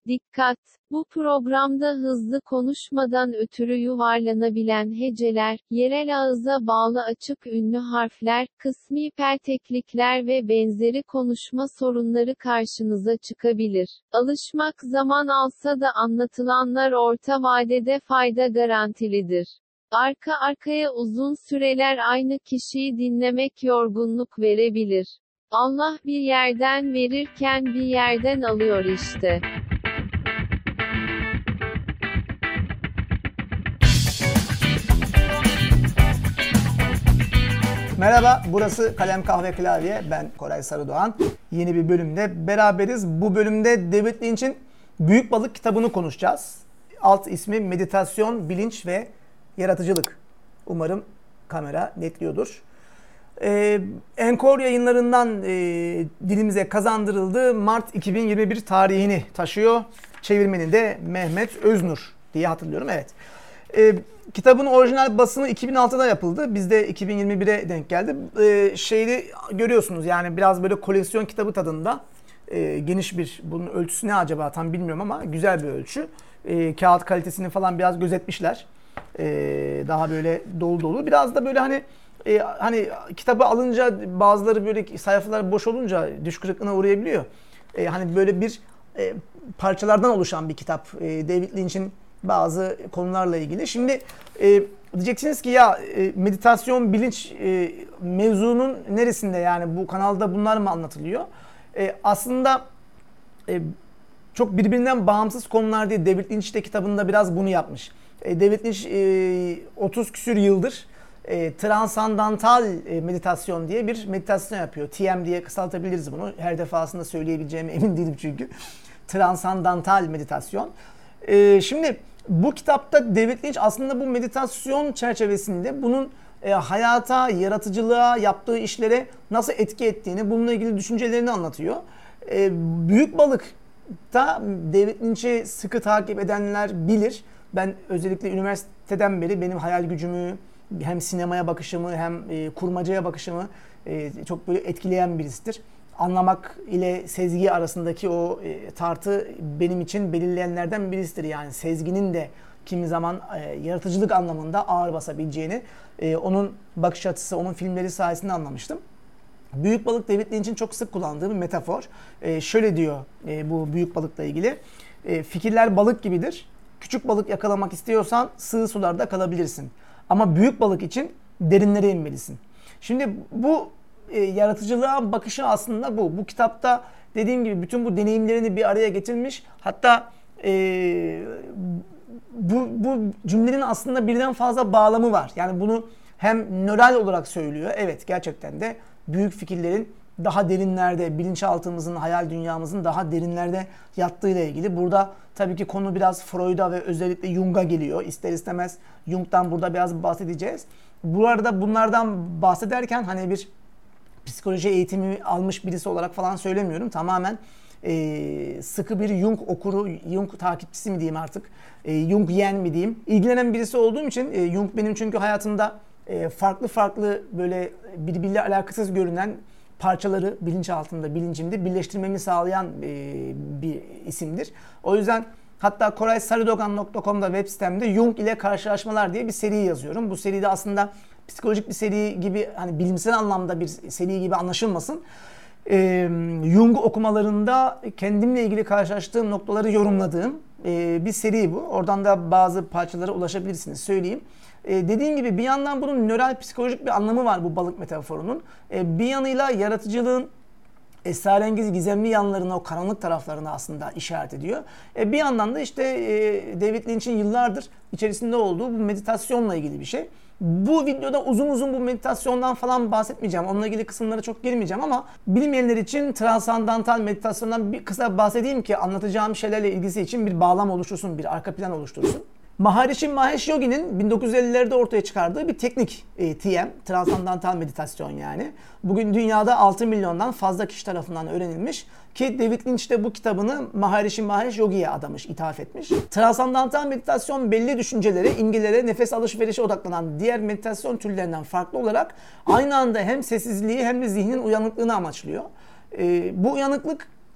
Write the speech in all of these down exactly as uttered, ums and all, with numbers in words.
Dikkat! Bu programda hızlı konuşmadan ötürü yuvarlanabilen heceler, yerel ağıza bağlı açık ünlü harfler, kısmi perteklikler ve benzeri konuşma sorunları karşınıza çıkabilir. Alışmak zaman alsa da anlatılanlar orta vadede fayda garantilidir. Arka arkaya uzun süreler aynı kişiyi dinlemek yorgunluk verebilir. Allah bir yerden verirken bir yerden alıyor işte. Merhaba, burası Kalem Kahve Klavye. Ben Koray Sarıdoğan. Yeni bir bölümde beraberiz. Bu bölümde David Lynch'in Büyük Balık kitabını konuşacağız. Alt ismi Meditasyon, Bilinç ve Yaratıcılık. Umarım kamera netliyordur. Ee, Encore yayınlarından e, dilimize kazandırıldı. Mart iki bin yirmi bir tarihini taşıyor. Çevirmeni de Mehmet Öznur diye hatırlıyorum. Evet. Ee, kitabın orijinal basımı iki bin altıda yapıldı. Bizde iki bin yirmi bire denk geldi. Ee, şeyi görüyorsunuz, yani biraz böyle koleksiyon kitabı tadında. Ee, geniş bir, bunun ölçüsü ne acaba tam bilmiyorum ama güzel bir ölçü. Ee, kağıt kalitesini falan biraz gözetmişler. Ee, daha böyle dolu dolu. Biraz da böyle hani e, hani kitabı alınca bazıları böyle sayfalar boş olunca düş kırıklığına uğrayabiliyor. Ee, hani böyle bir e, parçalardan oluşan bir kitap. Ee, David Lynch'in bazı konularla ilgili. Şimdi e, diyeceksiniz ki ya e, meditasyon, bilinç e, mevzunun neresinde, yani bu kanalda bunlar mı anlatılıyor? E, aslında e, çok birbirinden bağımsız konular değil. David Lynch de kitabında biraz bunu yapmış. E, David Lynch e, otuz küsür yıldır e, transandantal e, meditasyon diye bir meditasyon yapıyor. T M diye kısaltabiliriz bunu. Her defasında söyleyebileceğime emin değilim çünkü. Transandantal meditasyon. Ee, şimdi bu kitapta David Lynch aslında bu meditasyon çerçevesinde bunun e, hayata, yaratıcılığa, yaptığı işlere nasıl etki ettiğini, bununla ilgili düşüncelerini anlatıyor. E, Büyük Balık'ta David Lynch'i sıkı takip edenler bilir. Ben özellikle üniversiteden beri benim hayal gücümü, hem sinemaya bakışımı hem e, kurmacaya bakışımı e, çok böyle etkileyen birisidir. Anlamak ile sezgi arasındaki o e, tartı benim için belirleyenlerden birisidir. Yani sezginin de kimi zaman e, yaratıcılık anlamında ağır basabileceğini, e, onun bakış açısı, onun filmleri sayesinde anlamıştım. Büyük Balık David Lynch'in çok sık kullandığı bir metafor. E, şöyle diyor e, bu büyük balıkla ilgili. E, fikirler balık gibidir. Küçük balık yakalamak istiyorsan sığ sularda kalabilirsin. Ama büyük balık için derinlere inmelisin. Şimdi bu E, yaratıcılığa bakışı aslında bu. Bu kitapta dediğim gibi bütün bu deneyimlerini bir araya getirmiş. Hatta e, bu, bu cümlenin aslında birden fazla bağlamı var. Yani bunu hem nöral olarak söylüyor. Evet, gerçekten de büyük fikirlerin daha derinlerde, bilinçaltımızın, hayal dünyamızın daha derinlerde yattığıyla ilgili. Burada tabii ki konu biraz Freud'a ve özellikle Jung'a geliyor. İster istemez Jung'dan burada biraz bahsedeceğiz. Bu arada bunlardan bahsederken hani bir psikoloji eğitimi almış birisi olarak falan söylemiyorum. Tamamen e, sıkı bir Jung okuru, Jung takipçisi mi diyeyim artık, e, Jungyen mi diyeyim, İlgilenen birisi olduğum için e, Jung benim çünkü hayatımda e, farklı farklı böyle birbiriyle alakasız görünen parçaları bilinçaltımda, bilincimde birleştirmemi sağlayan e, bir isimdir. O yüzden hatta koray sarıdogan nokta com'da web sitemde Jung ile karşılaşmalar diye bir seri yazıyorum. Bu seride aslında psikolojik bir seri gibi, hani bilimsel anlamda bir seri gibi anlaşılmasın. Ee, Jung okumalarında kendimle ilgili karşılaştığım noktaları yorumladığım e, bir seri bu. Oradan da bazı parçalara ulaşabilirsiniz, söyleyeyim. Ee, dediğim gibi bir yandan bunun nöral psikolojik bir anlamı var bu balık metaforunun. Ee, bir yanıyla yaratıcılığın esrarengiz, gizemli yanlarına, o karanlık taraflarına aslında işaret ediyor. E, bir yandan da işte e, David Lynch'in yıllardır içerisinde olduğu bu meditasyonla ilgili bir şey. Bu videoda uzun uzun bu meditasyondan falan bahsetmeyeceğim. Onunla ilgili kısımlara çok girmeyeceğim ama bilmeyenler için transandantal meditasyondan bir kısa bahsedeyim ki anlatacağım şeylerle ilgisi için bir bağlam oluştursun, bir arka plan oluştursun. Maharishi Mahesh Yogi'nin bin dokuz yüz ellilerde ortaya çıkardığı bir teknik e, T M, transandantal meditasyon yani. Bugün dünyada altı milyondan fazla kişi tarafından öğrenilmiş ki David Lynch de bu kitabını Maharishi Mahesh Yogi'ye adamış, ithaf etmiş. Transandantal meditasyon belli düşüncelere, imgelere, nefes alışverişe odaklanan diğer meditasyon türlerinden farklı olarak aynı anda hem sessizliği hem de zihnin uyanıklığını amaçlıyor. E, bu uyanıklık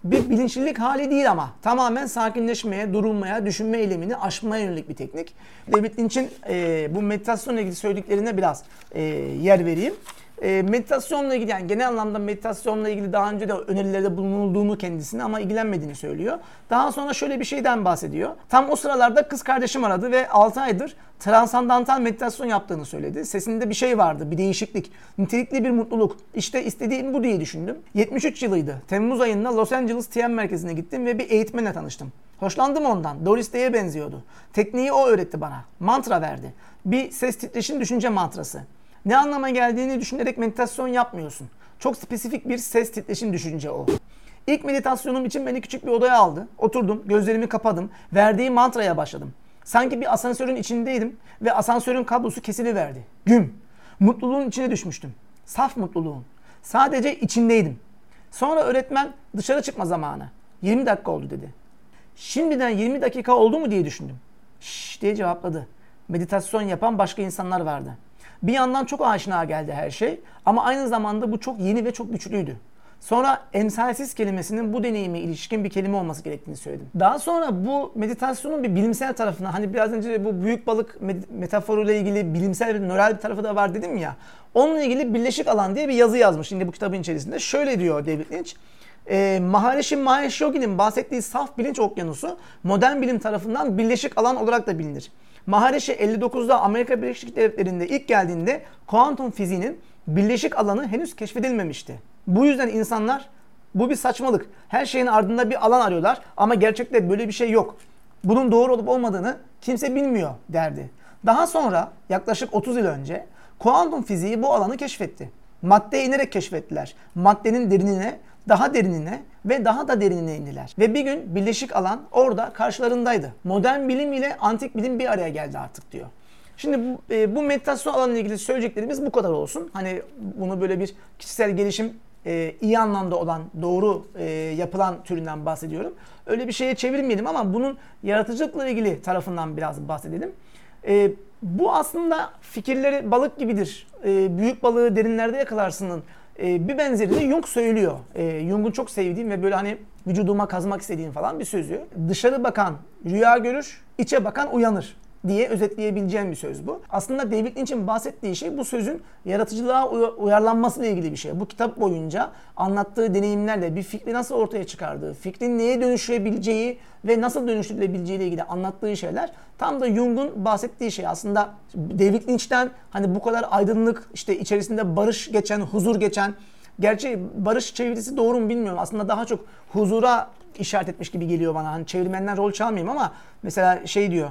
Bir bilinçlilik hali değil ama tamamen sakinleşmeye, durulmaya, düşünme eylemini aşmaya yönelik bir teknik. David Lynch'in e, bu meditasyonla ilgili söylediklerine biraz e, yer vereyim. E, meditasyonla ilgili, yani genel anlamda meditasyonla ilgili daha önce de önerilerde bulunulduğunu kendisine ama ilgilenmediğini söylüyor. Daha sonra şöyle bir şeyden bahsediyor. Tam o sıralarda kız kardeşim aradı ve altı aydır transandantal meditasyon yaptığını söyledi. Sesinde bir şey vardı, bir değişiklik, nitelikli bir mutluluk. İşte istediğim bu diye düşündüm. yetmiş üç yılıydı. Temmuz ayında Los Angeles T M merkezine gittim ve bir eğitmenle tanıştım. Hoşlandım ondan. Doris Day'e benziyordu. Tekniği o öğretti bana. Mantra verdi. Bir ses titreşim düşünce mantrası. Ne anlama geldiğini düşünerek meditasyon yapmıyorsun. Çok spesifik bir ses titreşim düşünce o. İlk meditasyonum için beni küçük bir odaya aldı. Oturdum, gözlerimi kapadım, verdiği mantraya başladım. Sanki bir asansörün içindeydim ve asansörün kablosu kesiliverdi. Güm! Mutluluğun içine düşmüştüm. Saf mutluluğun. Sadece içindeydim. Sonra öğretmen dışarı çıkma zamanı. yirmi dakika oldu dedi. Şimdiden yirmi dakika oldu mu diye düşündüm. Şşş diye cevapladı. Meditasyon yapan başka insanlar vardı. Bir yandan çok aşina geldi her şey ama aynı zamanda bu çok yeni ve çok güçlüydü. Sonra emsalsiz kelimesinin bu deneyime ilişkin bir kelime olması gerektiğini söyledim. Daha sonra bu meditasyonun bir bilimsel tarafına, hani biraz önce bu büyük balık metaforuyla ilgili bilimsel bir nöral bir tarafı da var dedim ya. Onunla ilgili birleşik alan diye bir yazı yazmış şimdi bu kitabın içerisinde. Şöyle diyor David Lynch. E, Maharishi Mahesh Yogi'nin bahsettiği saf bilinç okyanusu modern bilim tarafından birleşik alan olarak da bilinir. Maharishi elli dokuzda Amerika Birleşik Devletleri'nde ilk geldiğinde kuantum fiziğinin birleşik alanı henüz keşfedilmemişti. Bu yüzden insanlar bu bir saçmalık, her şeyin ardında bir alan arıyorlar ama gerçekte böyle bir şey yok. Bunun doğru olup olmadığını kimse bilmiyor derdi. Daha sonra yaklaşık otuz yıl önce kuantum fiziği bu alanı keşfetti. Maddeye inerek keşfettiler. Maddenin derinine, daha derinine ve daha da derinine indiler. Ve bir gün birleşik alan orada karşılarındaydı. Modern bilim ile antik bilim bir araya geldi artık diyor. Şimdi bu, e, bu meditasyon alanıyla ilgili söyleyeceklerimiz bu kadar olsun. Hani bunu böyle bir kişisel gelişim e, iyi anlamda olan, doğru e, yapılan türünden bahsediyorum. Öyle bir şeye çevirmeyelim ama bunun yaratıcılıkla ilgili tarafından biraz bahsedelim. E, bu aslında fikirleri balık gibidir. E, büyük balığı derinlerde yakalarsının e, bir benzerini Jung söylüyor. E, Jung'un çok sevdiğim ve böyle hani vücuduma kazmak istediğim falan bir sözü. Dışarı bakan rüya görür, içe bakan uyanır diye özetleyebileceğim bir söz bu. Aslında David Lynch'in bahsettiği şey bu sözün yaratıcılığa uyarlanmasıyla ilgili bir şey. Bu kitap boyunca anlattığı deneyimlerle bir fikri nasıl ortaya çıkardığı, fikrin neye dönüşebileceği ve nasıl dönüştürülebileceği ile ilgili anlattığı şeyler tam da Jung'un bahsettiği şey. Aslında David Lynch'ten hani bu kadar aydınlık, işte içerisinde barış geçen, huzur geçen, gerçi barış çevirisi doğru mu bilmiyorum. Aslında daha çok huzura işaret etmiş gibi geliyor bana. Hani çevirmenden rol çalmayayım ama mesela şey diyor.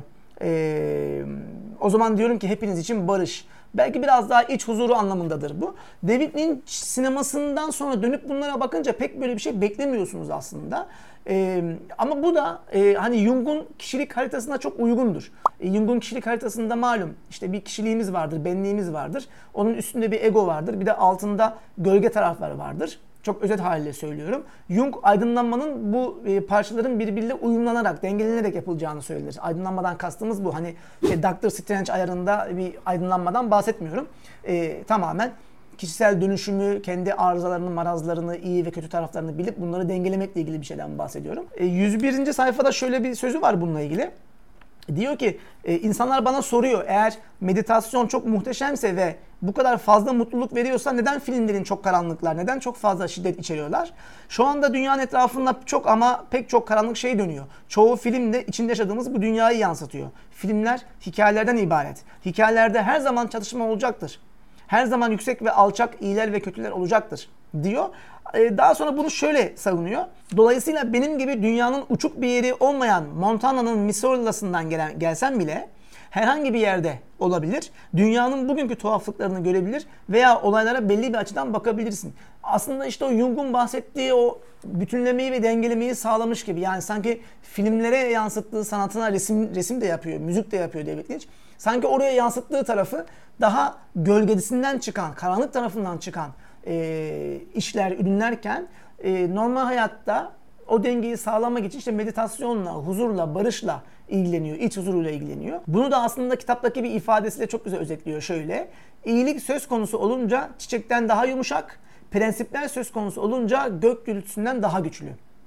Ee, o zaman diyorum ki hepiniz için barış. Belki biraz daha iç huzuru anlamındadır bu. David Lynch sinemasından sonra dönüp bunlara bakınca pek böyle bir şey beklemiyorsunuz aslında. Ee, ama bu da e, hani Jung'un kişilik haritasına çok uygundur. E, Jung'un kişilik haritasında malum işte bir kişiliğimiz vardır, benliğimiz vardır. Onun üstünde bir ego vardır. Bir de altında gölge tarafları vardır. Çok özet haliyle söylüyorum. Jung aydınlanmanın bu e, parçaların birbiriyle uyumlanarak, dengelenerek yapılacağını söyler. Aydınlanmadan kastımız bu. Hani şey, doktor Strange ayarında bir aydınlanmadan bahsetmiyorum. E, tamamen kişisel dönüşümü, kendi arızalarını, marazlarını, iyi ve kötü taraflarını bilip bunları dengelemekle ilgili bir şeyden bahsediyorum. E, yüz birinci sayfada şöyle bir sözü var bununla ilgili. Diyor ki e, insanlar bana soruyor, eğer meditasyon çok muhteşemse ve bu kadar fazla mutluluk veriyorsa neden filmlerin çok karanlıklar, neden çok fazla şiddet içeriyorlar? Şu anda dünyanın etrafında çok ama pek çok karanlık şey dönüyor. Çoğu film de içinde yaşadığımız bu dünyayı yansıtıyor. Filmler hikayelerden ibaret. Hikayelerde her zaman çatışma olacaktır. Her zaman yüksek ve alçak, iyiler ve kötüler olacaktır diyor. Daha sonra bunu şöyle savunuyor. Dolayısıyla benim gibi dünyanın uçuk bir yeri olmayan Montana'nın Missouri'lasından gelen gelsen bile herhangi bir yerde olabilir. Dünyanın bugünkü tuhaflıklarını görebilir veya olaylara belli bir açıdan bakabilirsin. Aslında işte o Jung'un bahsettiği o bütünlemeyi ve dengelemeyi sağlamış gibi. Yani sanki filmlere yansıttığı sanatına resim resim de yapıyor, müzik de yapıyor David Lynch. Sanki oraya yansıttığı tarafı daha gölgesinden çıkan, karanlık tarafından çıkan e, işler, ürünlerken e, normal hayatta o dengeyi sağlamak için işte meditasyonla, huzurla, barışla ilgileniyor, iç huzuruyla ilgileniyor. Bunu da aslında kitaptaki bir ifadesiyle çok güzel özetliyor şöyle. İyilik söz konusu olunca çiçekten daha yumuşak, prensipler söz konusu olunca gök gürültüsünden daha güçlü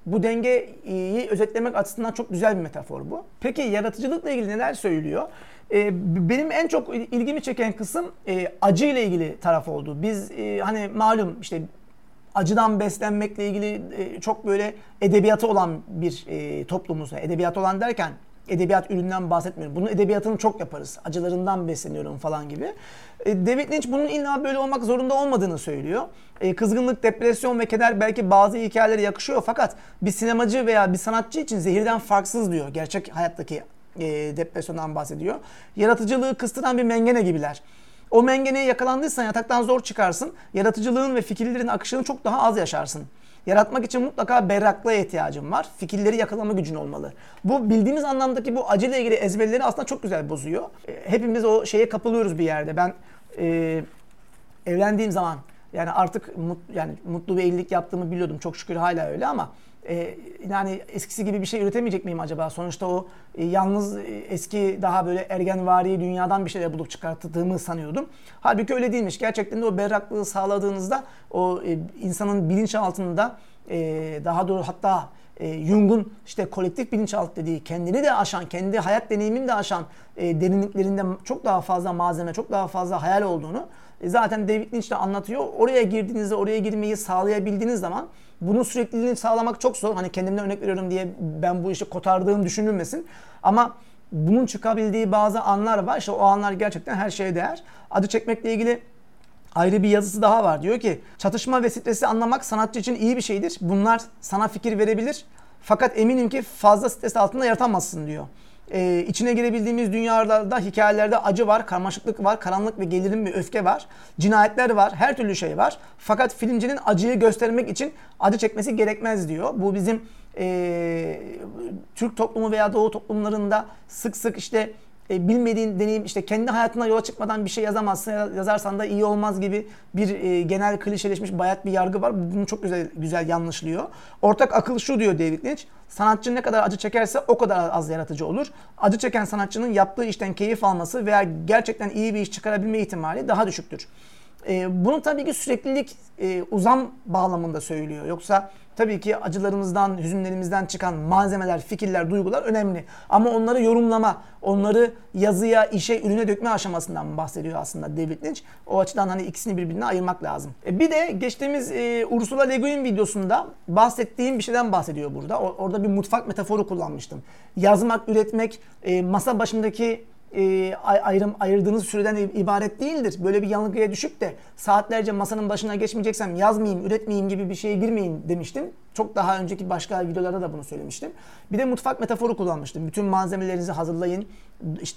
Bu dengeyi özetlemek açısından çok güzel bir metafor bu. Peki yaratıcılıkla ilgili neler söylüyor? Ee, benim en çok ilgimi çeken kısım e, acı ile ilgili taraf oldu. Biz e, hani malum işte acıdan beslenmekle ilgili e, çok böyle edebiyatı olan bir e, toplumuz. Edebiyat olan derken edebiyat üründen bahsetmiyorum. Bunun edebiyatını çok yaparız. Acılarından besleniyorum falan gibi. E, David Lynch bunun illa böyle olmak zorunda olmadığını söylüyor. E, kızgınlık, depresyon ve keder belki bazı hikayelere yakışıyor fakat bir sinemacı veya bir sanatçı için zehirden farksız diyor. Gerçek hayattaki e, depresyondan bahsediyor. Yaratıcılığı kıstıran bir mengene gibiler. O mengeneye yakalandıysan yataktan zor çıkarsın. Yaratıcılığın ve fikirlerin akışını çok daha az yaşarsın. Yaratmak için mutlaka berraklığa ihtiyacın var. Fikirleri yakalama gücün olmalı. Bu bildiğimiz anlamdaki bu acıyla ilgili ezberleri aslında çok güzel bozuyor. Hepimiz o şeye kapılıyoruz bir yerde. Ben e, evlendiğim zaman yani artık mut, yani mutlu bir evlilik yaptığımı biliyordum. Çok şükür hala öyle ama e, yani eskisi gibi bir şey üretemeyecek miyim acaba? Sonuçta o e, yalnız e, eski daha böyle ergenvari dünyadan bir şeyler bulup çıkarttığımı sanıyordum. Halbuki öyle değilmiş. Gerçekten de o berraklığı sağladığınızda o e, insanın bilinçaltında e, daha doğru hatta e, Jung'un işte kolektif bilinçaltı dediği kendini de aşan, kendi hayat deneyimini de aşan e, derinliklerinde çok daha fazla malzeme, çok daha fazla hayal olduğunu e, zaten David Lynch de anlatıyor. Oraya girdiğinizde, oraya girmeyi sağlayabildiğiniz zaman bunun sürekliliğini sağlamak çok zor. Hani kendimden örnek veriyorum diye ben bu işi kotardığım düşünülmesin. Ama bunun çıkabildiği bazı anlar var. İşte o anlar gerçekten her şeye değer. Acı çekmekle ilgili ayrı bir yazısı daha var. Diyor ki çatışma ve stresi anlamak sanatçı için iyi bir şeydir. Bunlar sana fikir verebilir. Fakat eminim ki fazla stres altında yaratamazsın diyor. Ee, içine girebildiğimiz dünyalarda, hikayelerde acı var, karmaşıklık var, karanlık ve gerilim ve öfke var. Cinayetler var, her türlü şey var. Fakat filmcinin acıyı göstermek için acı çekmesi gerekmez diyor. Bu bizim e, Türk toplumu veya Doğu toplumlarında sık sık işte E, bilmediğin deneyim işte kendi hayatına yola çıkmadan bir şey yazamazsın, yazarsan da iyi olmaz gibi bir e, genel klişeleşmiş bayat bir yargı var. Bunu çok güzel güzel yanlışlıyor. Ortak akıl şu diyor David Lynch. Sanatçı ne kadar acı çekerse o kadar az yaratıcı olur. Acı çeken sanatçının yaptığı işten keyif alması veya gerçekten iyi bir iş çıkarabilme ihtimali daha düşüktür. E, bunu tabii ki süreklilik e, uzam bağlamında söylüyor. Yoksa tabii ki acılarımızdan, hüzünlerimizden çıkan malzemeler, fikirler, duygular önemli. Ama onları yorumlama, onları yazıya, işe, ürüne dökme aşamasından bahsediyor aslında David Lynch. O açıdan hani ikisini birbirine ayırmak lazım. E bir de geçtiğimiz e, Ursula Le Guin videosunda bahsettiğim bir şeyden bahsediyor burada. O, orada bir mutfak metaforu kullanmıştım. Yazmak, üretmek, e, masa başındaki E, ayrım ayırdığınız süreden ibaret değildir. Böyle bir yanılgıya düşüp de saatlerce masanın başına geçmeyeceksem yazmayayım, üretmeyeyim gibi bir şeye girmeyin demiştim. Çok daha önceki başka videolarda da bunu söylemiştim. Bir de mutfak metaforu kullanmıştım. Bütün malzemelerinizi hazırlayın. İşte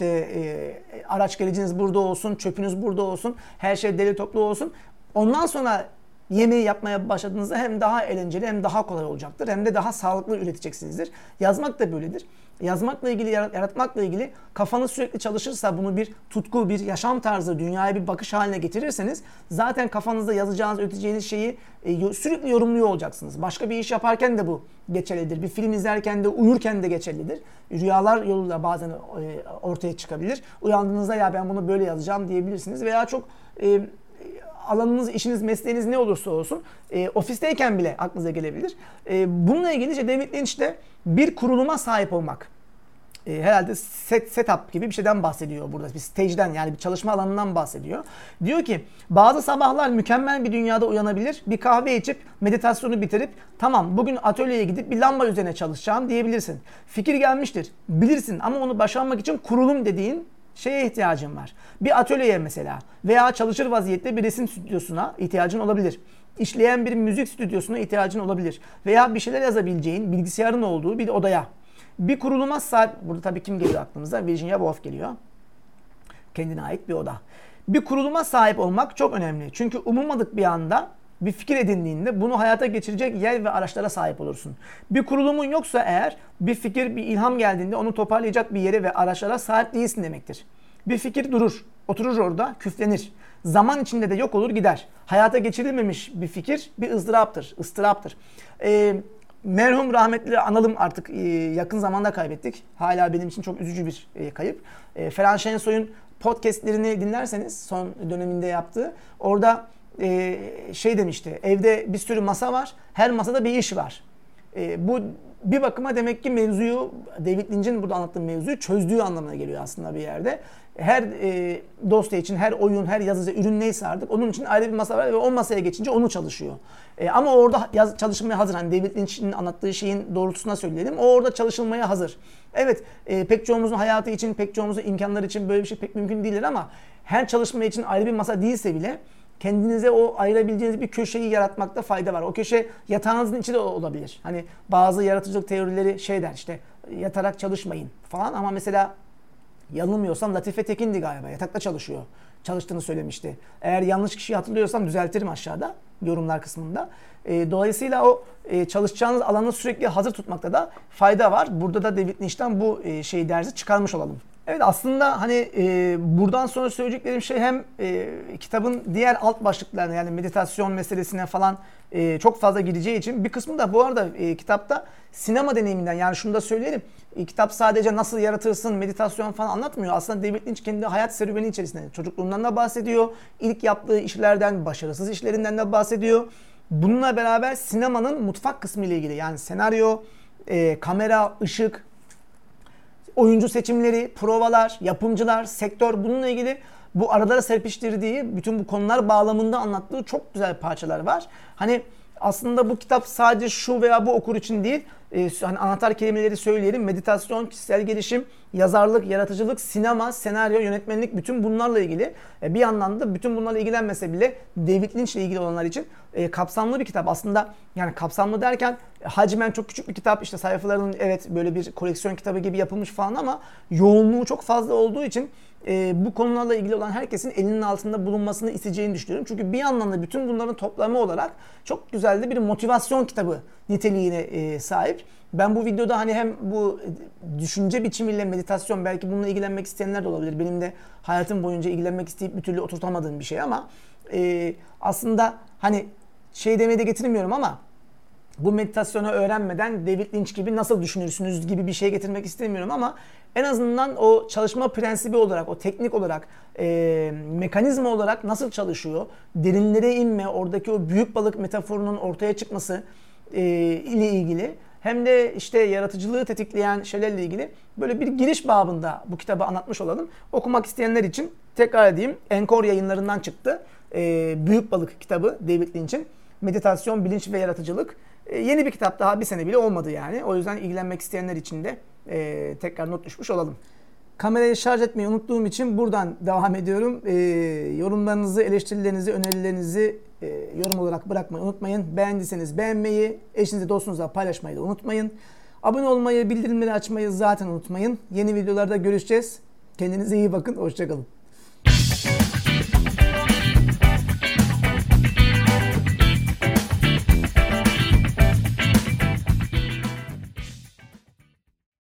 e, araç gereciniz burada olsun, çöpünüz burada olsun, her şey deli toplu olsun. Ondan sonra yemeği yapmaya başladığınızda hem daha eğlenceli hem daha kolay olacaktır hem de daha sağlıklı üreteceksinizdir. Yazmak da böyledir. Yazmakla ilgili, yaratmakla ilgili kafanız sürekli çalışırsa bunu bir tutku, bir yaşam tarzı, dünyaya bir bakış haline getirirseniz zaten kafanızda yazacağınız, üreteceğiniz şeyi e, sürekli yorumluyor olacaksınız. Başka bir iş yaparken de bu geçerlidir. Bir film izlerken de, uyurken de geçerlidir. Rüyalar yoluyla bazen e, ortaya çıkabilir. Uyandığınızda ya ben bunu böyle yazacağım diyebilirsiniz veya çok e, alanınız, işiniz, mesleğiniz ne olursa olsun e, ofisteyken bile aklınıza gelebilir. E, bununla ilgili işte David Lynch de bir kuruluma sahip olmak. E, herhalde set, setup gibi bir şeyden bahsediyor burada. Bir stage'den yani bir çalışma alanından bahsediyor. Diyor ki bazı sabahlar mükemmel bir dünyada uyanabilir, bir kahve içip meditasyonu bitirip tamam bugün atölyeye gidip bir lamba üzerine çalışacağım diyebilirsin. Fikir gelmiştir, bilirsin ama onu başarmak için kurulum dediğin şeye ihtiyacın var. Bir atölyeye mesela veya çalışır vaziyette bir resim stüdyosuna ihtiyacın olabilir. İşleyen bir müzik stüdyosuna ihtiyacın olabilir. Veya bir şeyler yazabileceğin bilgisayarın olduğu bir odaya. Bir kuruluma sahip, burada tabii kim geliyor aklımıza? Virginia Woolf geliyor. Kendine ait bir oda. Bir kuruluma sahip olmak çok önemli. Çünkü umulmadık bir anda bir fikir edindiğinde bunu hayata geçirecek yer ve araçlara sahip olursun. Bir kurulumun yoksa eğer bir fikir, bir ilham geldiğinde onu toparlayacak bir yere ve araçlara sahip değilsin demektir. Bir fikir durur, oturur orada, küflenir. Zaman içinde de yok olur gider. Hayata geçirilmemiş bir fikir bir ızdıraptır, ıstıraptır. Ee, merhum rahmetli analım artık e, yakın zamanda kaybettik. Hala benim için çok üzücü bir e, kayıp. E, Ferhan Şensoy'un podcastlerini dinlerseniz son döneminde yaptığı orada e, şey demişti. Evde bir sürü masa var. Her masada bir iş var. E, bu bir bakıma demek ki mevzuyu, David Lynch'in burada anlattığı mevzuyu çözdüğü anlamına geliyor aslında bir yerde. Her e, dosya için, her oyun, her yazıcı, ürün neyse artık onun için ayrı bir masa var ve o masaya geçince onu çalışıyor. E, ama orada yaz, çalışmaya hazır. Hani David Lynch'in anlattığı şeyin doğrultusuna söyleyelim. O orada çalışılmaya hazır. Evet, e, pek çoğumuzun hayatı için, pek çoğumuzun imkanları için böyle bir şey pek mümkün değildir ama her çalışma için ayrı bir masa değilse bile kendinize o ayırabileceğiniz bir köşeyi yaratmakta fayda var. O köşe yatağınızın içi de olabilir. Hani bazı yaratıcılık teorileri şey der işte yatarak çalışmayın falan ama mesela yanılmıyorsam Latife Tekin'di galiba. Yatakta çalışıyor. Çalıştığını söylemişti. Eğer yanlış kişiyi hatırlıyorsam düzeltirim aşağıda yorumlar kısmında. E, dolayısıyla o e, çalışacağınız alanı sürekli hazır tutmakta da fayda var. Burada da David Lynch'ten bu e, şeyi dersi çıkarmış olalım. Evet aslında hani e, buradan sonra söyleyeceklerim şey hem e, kitabın diğer alt başlıklarına yani meditasyon meselesine falan e, çok fazla gideceği için bir kısmı da bu arada e, kitapta sinema deneyiminden yani şunu da söyleyelim. E, kitap sadece nasıl yaratırsın, meditasyon falan anlatmıyor. Aslında David Lynch kendi hayat serüveni içerisinde çocukluğundan da bahsediyor. İlk yaptığı işlerden, başarısız işlerinden de bahsediyor. Bununla beraber sinemanın mutfak kısmı ile ilgili yani senaryo, e, kamera, ışık, oyuncu seçimleri, provalar, yapımcılar, sektör bununla ilgili bu aralara serpiştirdiği bütün bu konular bağlamında anlattığı çok güzel parçalar var. Hani aslında bu kitap sadece şu veya bu okur için değil, e, hani anahtar kelimeleri söyleyelim. Meditasyon, kişisel gelişim, yazarlık, yaratıcılık, sinema, senaryo, yönetmenlik bütün bunlarla ilgili. E, bir yandan da bütün bunlarla ilgilenmese bile David Lynch ile ilgili olanlar için e, kapsamlı bir kitap. Aslında yani kapsamlı derken hacmen çok küçük bir kitap. İşte sayfalarının evet böyle bir koleksiyon kitabı gibi yapılmış falan ama yoğunluğu çok fazla olduğu için e, bu konularla ilgili olan herkesin elinin altında bulunmasını isteyeceğini düşünüyorum. Çünkü bir yandan da bütün bunların toplamı olarak çok güzel de bir motivasyon kitabı niteliğine e, sahip. Ben bu videoda hani hem bu düşünce biçimiyle meditasyon belki bununla ilgilenmek isteyenler de olabilir. Benim de hayatım boyunca ilgilenmek isteyip bir türlü oturtamadığım bir şey ama e, aslında hani şey demeye de getirmiyorum ama bu meditasyonu öğrenmeden David Lynch gibi nasıl düşünürsünüz gibi bir şey getirmek istemiyorum ama en azından o çalışma prensibi olarak, o teknik olarak, e, mekanizma olarak nasıl çalışıyor, derinlere inme, oradaki o büyük balık metaforunun ortaya çıkması e, ile ilgili hem de işte yaratıcılığı tetikleyen şeylerle ilgili böyle bir giriş babında bu kitabı anlatmış olalım. Okumak isteyenler için tekrar edeyim, Enkor yayınlarından çıktı. E, Büyük Balık kitabı David Lynch'in. Meditasyon, bilinç ve yaratıcılık. E, yeni bir kitap daha bir sene bile olmadı yani. O yüzden ilgilenmek isteyenler için de e, tekrar not düşmüş olalım. Kamerayı şarj etmeyi unuttuğum için buradan devam ediyorum. E, yorumlarınızı, eleştirilerinizi, önerilerinizi e, yorum olarak bırakmayı unutmayın. Beğendiyseniz beğenmeyi, eşinize, dostunuza paylaşmayı da unutmayın. Abone olmayı, bildirimleri açmayı zaten unutmayın. Yeni videolarda görüşeceğiz. Kendinize iyi bakın, hoşça kalın.